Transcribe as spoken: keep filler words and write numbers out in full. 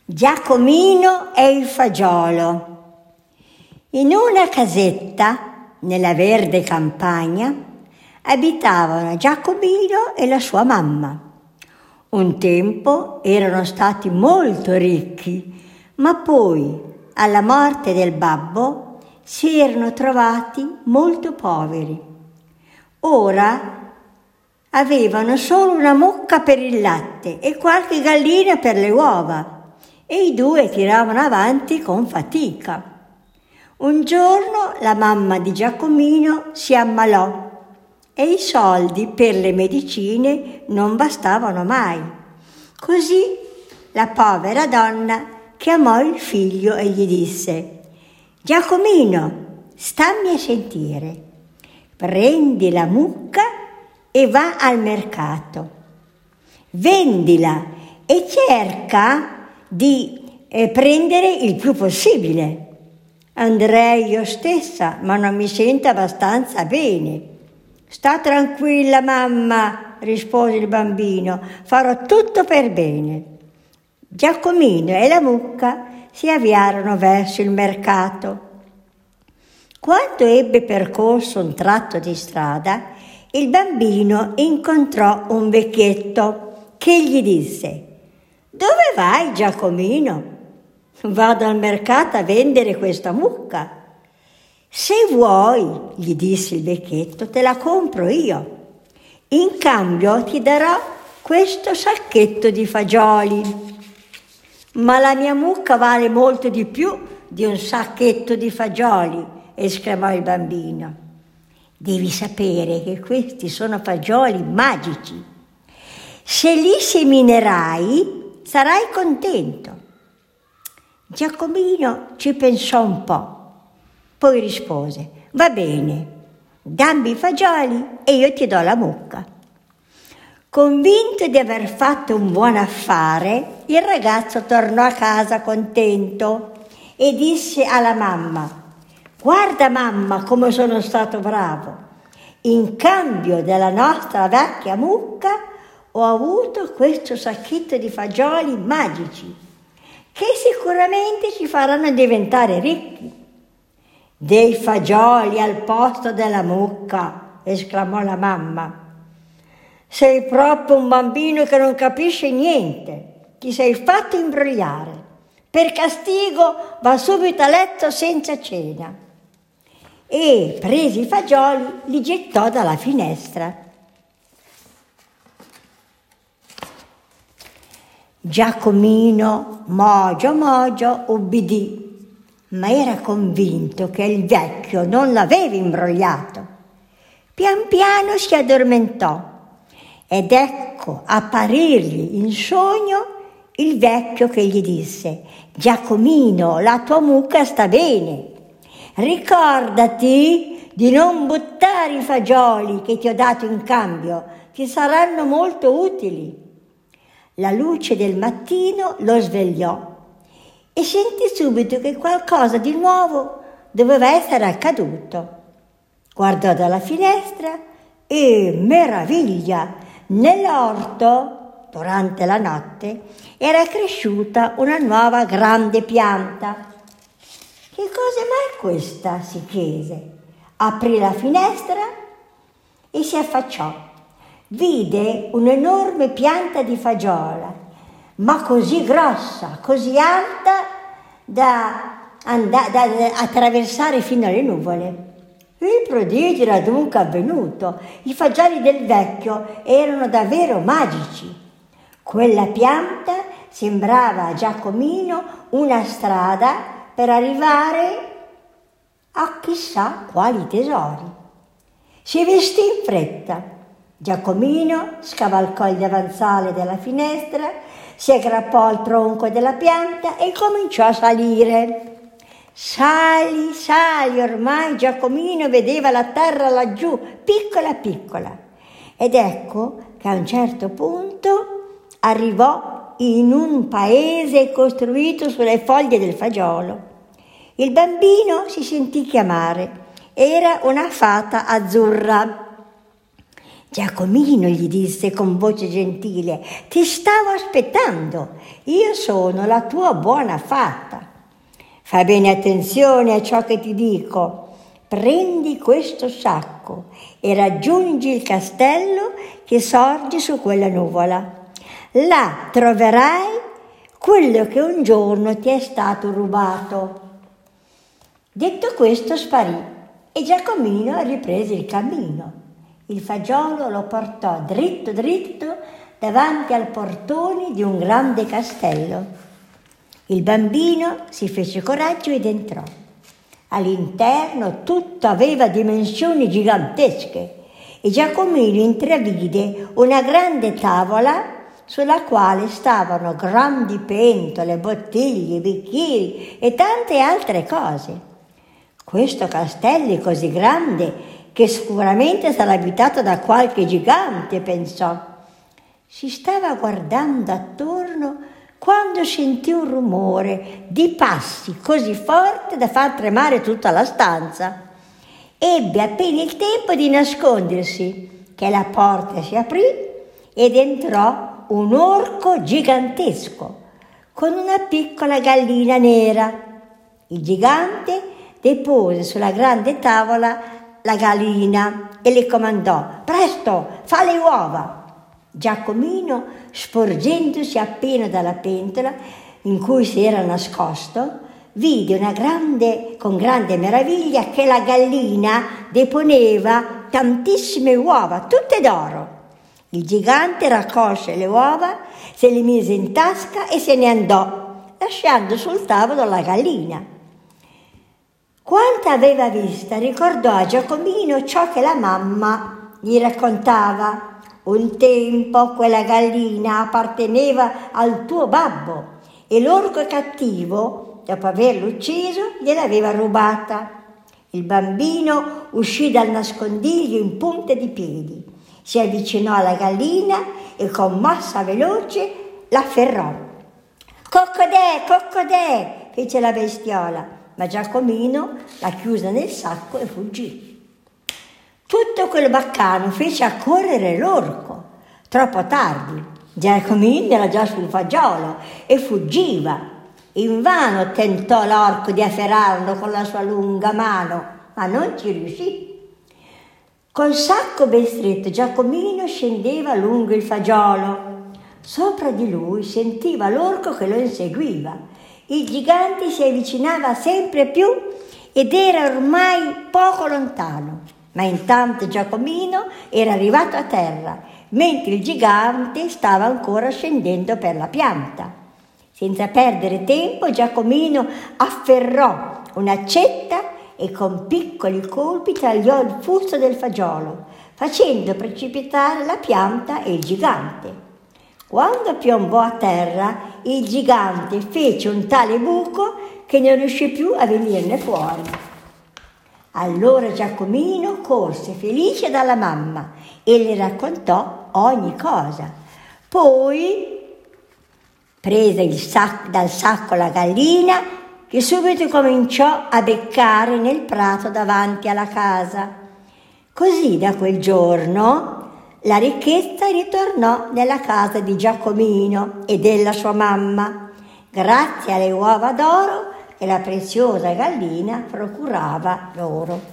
Giacomino e il fagiolo. In una casetta nella verde campagna abitavano Giacomino e la sua mamma. Un tempo erano stati molto ricchi, ma poi, alla morte del babbo, si erano trovati molto poveri. Ora avevano solo una mucca per il latte e qualche gallina per le uova, e i due tiravano avanti con fatica. Un giorno la mamma di Giacomino si ammalò e i soldi per le medicine non bastavano mai. Così la povera donna chiamò il figlio e gli disse: «Giacomino, stammi a sentire, prendi la mucca e va al mercato, vendila e cerca di eh, prendere il più possibile». «Andrei io stessa, ma non mi sento abbastanza bene». «Sta tranquilla, mamma», rispose il bambino, «farò tutto per bene». Giacomino e la mucca si avviarono verso il mercato. Quando ebbe percorso un tratto di strada, il bambino incontrò un vecchietto che gli disse: «Dove vai, Giacomino?» «Vado al mercato a vendere questa mucca». «Se vuoi», gli disse il vecchietto, «te la compro io. In cambio ti darò questo sacchetto di fagioli». «Ma la mia mucca vale molto di più di un sacchetto di fagioli», esclamò il bambino. «Devi sapere che questi sono fagioli magici. Se li seminerai sarai contento». Giacomino ci pensò un po', poi rispose: «Va bene, dammi i fagioli e io ti do la mucca». Convinto di aver fatto un buon affare, il ragazzo tornò a casa contento e disse alla mamma: «Guarda, mamma, come sono stato bravo. In cambio della nostra vecchia mucca ho avuto questo sacchetto di fagioli magici che sicuramente ci faranno diventare ricchi». «Dei fagioli al posto della mucca», esclamò la mamma. «Sei proprio un bambino che non capisce niente. Ti sei fatto imbrogliare. Per castigo va subito a letto senza cena». E, presi i fagioli, li gettò dalla finestra. Giacomino, mogio mogio, ubbidì, ma era convinto che il vecchio non l'aveva imbrogliato. Pian piano si addormentò ed ecco apparirgli in sogno il vecchio che gli disse: «Giacomino, la tua mucca sta bene. Ricordati di non buttare i fagioli che ti ho dato in cambio, ti saranno molto utili». La luce del mattino lo svegliò e sentì subito che qualcosa di nuovo doveva essere accaduto. Guardò dalla finestra e, meraviglia, nell'orto, durante la notte, era cresciuta una nuova grande pianta. «Che cos'è mai questa?» si chiese. Aprì la finestra e si affacciò. Vide un'enorme pianta di fagiola, ma così grossa, così alta da, and- da, da attraversare fino alle nuvole. Il prodigio era dunque avvenuto. I fagioli del vecchio erano davvero magici. Quella pianta sembrava a Giacomino una strada per arrivare a chissà quali tesori. Si vestì in fretta. Giacomino scavalcò il davanzale della finestra, si aggrappò al tronco della pianta e cominciò a salire. Sali, sali, ormai Giacomino vedeva la terra laggiù, piccola piccola. Ed ecco che a un certo punto arrivò in un paese costruito sulle foglie del fagiolo. Il bambino si sentì chiamare. Era una fata azzurra. Giacomino, gli disse con voce gentile, ti stavo aspettando, io sono la tua buona fata. Fai bene attenzione a ciò che ti dico, prendi questo sacco e raggiungi il castello che sorge su quella nuvola. Là troverai quello che un giorno ti è stato rubato. Detto questo sparì e Giacomino riprese il cammino. Il fagiolo lo portò dritto dritto davanti al portone di un grande castello. Il bambino si fece coraggio ed entrò. All'interno tutto aveva dimensioni gigantesche e Giacomino intravide una grande tavola sulla quale stavano grandi pentole, bottiglie, bicchieri e tante altre cose. Questo castello è così grande che sicuramente sarà abitato da qualche gigante, pensò. Si stava guardando attorno quando sentì un rumore di passi così forte da far tremare tutta la stanza. Ebbe appena il tempo di nascondersi, che la porta si aprì ed entrò un orco gigantesco con una piccola gallina nera. Il gigante depose sulla grande tavola la gallina e le comandò: presto, fa le uova. Giacomino, sporgendosi appena dalla pentola in cui si era nascosto, vide una grande, con grande meraviglia che la gallina deponeva tantissime uova, tutte d'oro. Il gigante raccolse le uova, se le mise in tasca e se ne andò, lasciando sul tavolo la gallina. Quando aveva vista, ricordò a Giacomino ciò che la mamma gli raccontava. Un tempo quella gallina apparteneva al tuo babbo e l'orco cattivo, dopo averlo ucciso, gliel'aveva rubata. Il bambino uscì dal nascondiglio in punta di piedi, si avvicinò alla gallina e con mossa veloce l'afferrò. «Coccodè, coccodè!» fece la bestiola, ma Giacomino la chiuse nel sacco e fuggì. Tutto quel baccano fece accorrere l'orco. Troppo tardi, Giacomino era già sul fagiolo e fuggiva. Invano tentò l'orco di afferrarlo con la sua lunga mano, ma non ci riuscì. Col sacco ben stretto Giacomino scendeva lungo il fagiolo. Sopra di lui sentiva l'orco che lo inseguiva. Il gigante si avvicinava sempre più ed era ormai poco lontano. Ma intanto Giacomino era arrivato a terra, mentre il gigante stava ancora scendendo per la pianta. Senza perdere tempo, Giacomino afferrò un'accetta e con piccoli colpi tagliò il fusto del fagiolo, facendo precipitare la pianta e il gigante. Quando piombò a terra, il gigante fece un tale buco che non riuscì più a venirne fuori. Allora Giacomino corse felice dalla mamma e le raccontò ogni cosa. Poi prese il sac- dal sacco la gallina che subito cominciò a beccare nel prato davanti alla casa. Così da quel giorno la ricchezza ritornò nella casa di Giacomino e della sua mamma, grazie alle uova d'oro che la preziosa gallina procurava loro.